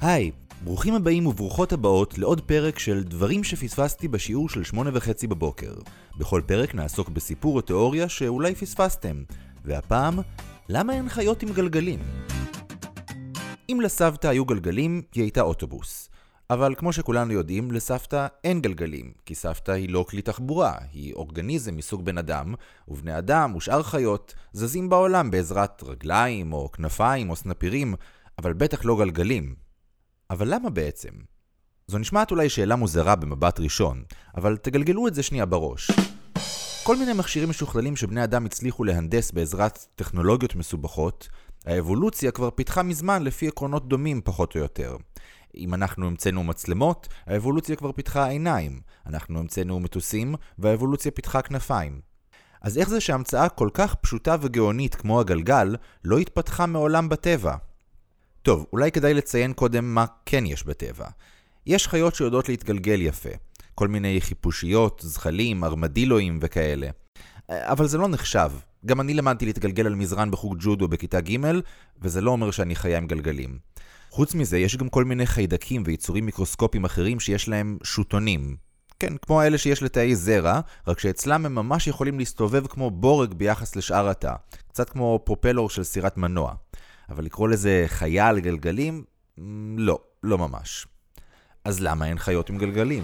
היי, ברוכים הבאים וברוכות הבאות לעוד פרק של דברים שפספסתי בשיעור של 8:30 בבוקר. בכל פרק נעסוק בסיפור או תיאוריה שאולי פספסתם, והפעם, למה אין חיות עם גלגלים? אם לסבתא היו גלגלים, היא הייתה אוטובוס. אבל כמו שכולנו יודעים, לסבתא אין גלגלים, כי סבתא היא לא כלי תחבורה, היא אורגניזם מסוג בן אדם, ובני אדם ושאר חיות זזים בעולם בעזרת רגליים או כנפיים או סנפירים, אבל בטח לא גלגלים. אבל למה בעצם? זו נשמעת אולי שאלה מוזרה במבט ראשון, אבל תגלגלו את זה שנייה בראש. כל מיני מכשירים משוכללים שבני אדם הצליחו להנדס בעזרת טכנולוגיות מסובכות, האבולוציה כבר פיתחה מזמן לפי עקרונות דומים פחות או יותר. אם אנחנו המצאנו מצלמות, האבולוציה כבר פיתחה עיניים. אנחנו המצאנו מטוסים, והאבולוציה פיתחה כנפיים. אז איך זה שהמצאה כל כך פשוטה וגאונית כמו הגלגל לא התפתחה מעולם בטבע? טוב, אולי כדאי לציין קודם מה כן יש בטבע. יש חיות שיודעות להתגלגל יפה. כל מיני חיפושיות, זחלים, ארמדילואים וכאלה. אבל זה לא נחשב. גם אני למדתי להתגלגל על מזרן בחוג ג'ודו בכיתה ג' וזה לא אומר שאני חיה עם גלגלים. חוץ מזה, יש גם כל מיני חיידקים ויצורים מיקרוסקופיים אחרים שיש להם שוטונים. כן, כמו האלה שיש לתאי זרע, רק שאצלם הם ממש יכולים להסתובב כמו בורג ביחס לשאר התא. קצת כמו פרופלור של סירת מנוע. אבל לקרוא לזה חיה על גלגלים? לא ממש. אז למה אין חיות עם גלגלים?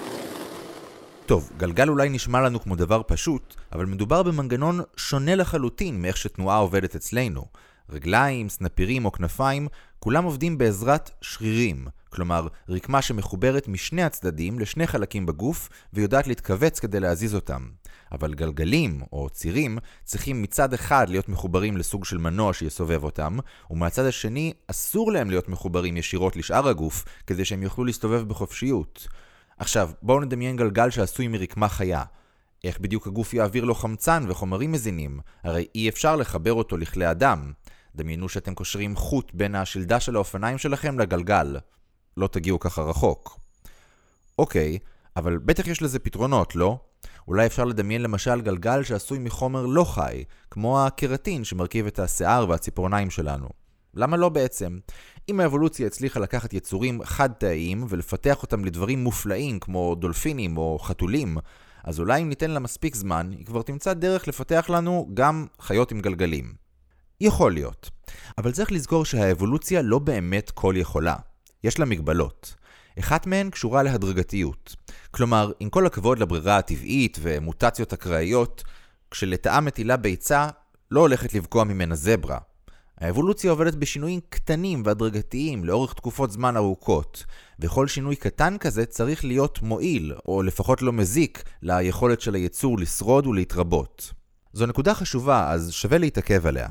טוב, גלגל אולי נשמע לנו כמו דבר פשוט, אבל מדובר במנגנון שונה לחלוטין מאיך שתנועה עובדת אצלנו. רגליים, סנפירים או כנפיים, כולם עובדים בעזרת שרירים, כלומר רקמה שמחוברת משני הצדדים לשני חלקים בגוף ויודעת להתכווץ כדי להזיז אותם. אבל גלגלים או צירים צריכים מצד אחד להיות מחוברים לסוג של מנוע שיסובב אותם, ומהצד השני אסור להם להיות מחוברים ישירות לשאר הגוף כדי שהם יוכלו להסתובב בחופשיות. עכשיו, בואו נדמיין גלגל שעשוי מרקמה חיה. איך בדיוק הגוף יעביר לו חמצן וחומרים מזינים? הרי אי אפשר לחבר אותו לכלי אדם. דמיינו שאתם קושרים חוט בין השלדה של האופניים שלכם לגלגל. לא תגיעו ככה רחוק. אוקיי, אבל בטח יש לזה פתרונות, לא? אולי אפשר לדמיין למשל גלגל שעשוי מחומר לא חי, כמו הקרטין שמרכיב את השיער והציפורניים שלנו. למה לא בעצם? אם האבולוציה הצליחה לקחת יצורים חד-תאיים ולפתח אותם לדברים מופלאים כמו דולפינים או חתולים, אז אולי אם ניתן לה מספיק זמן, היא כבר תמצא דרך לפתח לנו גם חיות עם גלגלים. יכול להיות. אבל צריך לזכור שהאבולוציה לא באמת כל יכולה. יש לה מגבלות. אחת מהן קשורה להדרגתיות. כלומר, עם כל הכבוד לברירה הטבעית ומוטציות אקראיות, כשלתאה מטילה ביצה, לא הולכת לפגוע ממנה זברה. האבולוציה עובדת בשינויים קטנים והדרגתיים לאורך תקופות זמן ארוכות, וכל שינוי קטן כזה צריך להיות מועיל, או לפחות לא מזיק, ליכולת של היצור לשרוד ולהתרבות. זו נקודה חשובה, אז שווה להתעכב עליה.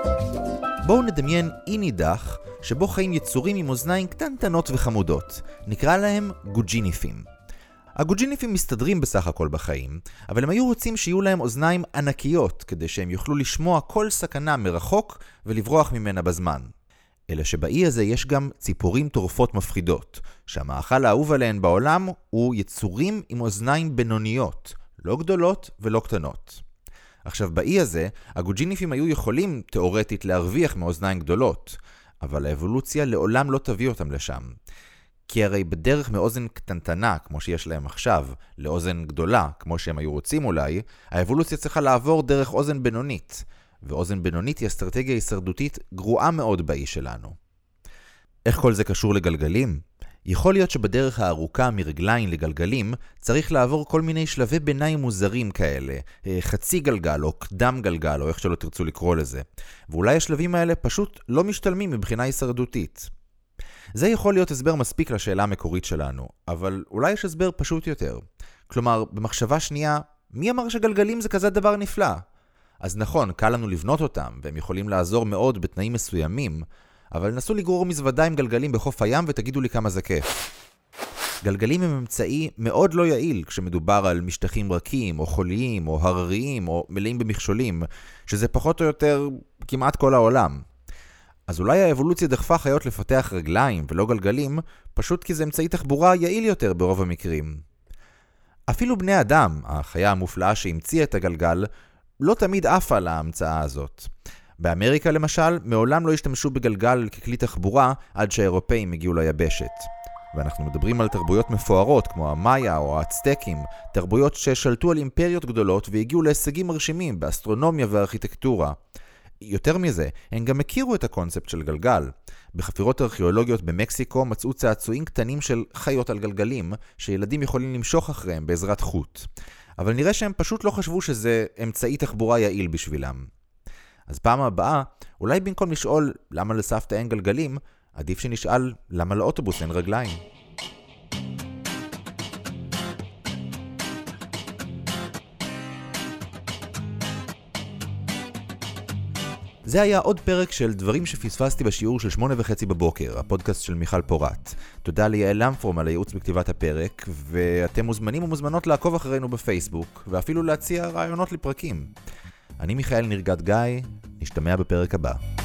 בואו נדמיין אי נידח, שבו חיים יצורים עם אוזניים קטנטנות וחמודות. נקרא להם גוג'יניפים. הגוג'יניפים מסתדרים בסך הכל בחיים, אבל הם היו רוצים שיהיו להם אוזניים ענקיות, כדי שהם יוכלו לשמוע כל סכנה מרחוק ולברוח ממנה בזמן. אלא שבאי הזה יש גם ציפורים טורפות מפחידות, שהמאכל האהוב עליהן בעולם הוא יצורים עם אוזניים בינוניות, לא גדולות ולא קטנות. עכשיו באי הזה, הגוג'יניפים היו יכולים תיאורטית להרוויח מאוזניים גדולות, אבל האבולוציה לעולם לא תביא אותם לשם. כי הרי בדרך מאוזן קטנטנה, כמו שיש להם עכשיו, לאוזן גדולה, כמו שהם היו רוצים אולי, האבולוציה צריכה לעבור דרך אוזן בינונית. ואוזן בינונית היא אסטרטגיה הישרדותית גרועה מאוד באי שלנו. איך כל זה קשור לגלגלים? יכול להיות שבדרך הארוכה מרגליים לגלגלים צריך לעבור כל מיני שלבי ביניים מוזרים כאלה, חצי גלגל או קדם גלגל או איך שלא תרצו לקרוא לזה. ואולי השלבים האלה פשוט לא משתלמים מבחינה הישרדותית. זה יכול להיות הסבר מספיק לשאלה המקורית שלנו, אבל אולי יש הסבר פשוט יותר. כלומר, במחשבה שנייה, מי אמר שגלגלים זה כזה דבר נפלא? אז נכון, קל לנו לבנות אותם, והם יכולים לעזור מאוד בתנאים מסוימים, אבל נסו לגרור מזוודה עם גלגלים בחוף הים ותגידו לי כמה זה כיף. גלגלים הם אמצעי מאוד לא יעיל כשמדובר על משטחים רכים או חוליים או הרריים או מלאים במכשולים, שזה פחות או יותר כמעט כל העולם. אז אולי האבולוציה דחפה חיות לפתח רגליים ולא גלגלים, פשוט כי זה אמצעי תחבורה יעיל יותר ברוב המקרים. אפילו בני אדם, החיה המופלאה שהמציאה את הגלגל, לא תמיד עפה על ההמצאה הזאת. באמריקה למשל, מעולם לא השתמשו בגלגל ככלי תחבורה עד שהאירופאים הגיעו ליבשת. ואנחנו מדברים על תרבויות מפוארות כמו המאיה או האצטקים, תרבויות ששלטו על אימפריות גדולות והגיעו להישגים מרשימים באסטרונומיה וארכיטקטורה. יותר מזה, הם גם הכירו את הקונספט של גלגל. בחפירות ארכיאולוגיות במקסיקו מצאו צעצועים קטנים של חיות על גלגלים, שילדים יכולים למשוך אחריהם בעזרת חוט. אבל נראה שהם פשוט לא חשבו שזה אמצעי תחבורה יעיל בשבילם. אז פעם הבאה, אולי במקום לשאול למה לסבתא אין גלגלים, עדיף שנשאל למה לאוטובוס אין רגליים. זה היה עוד פרק של דברים שפספסתי בשיעור של 8:30 בבוקר, הפודקאסט של מיכל פורט. תודה ליעל למפרום על הייעוץ בכתיבת הפרק, ואתם מוזמנים ומוזמנות לעקוב אחרינו בפייסבוק, ואפילו להציע רעיונות לפרקים. אני מיכאל נרגד גיא, נשתמע בפרק הבא.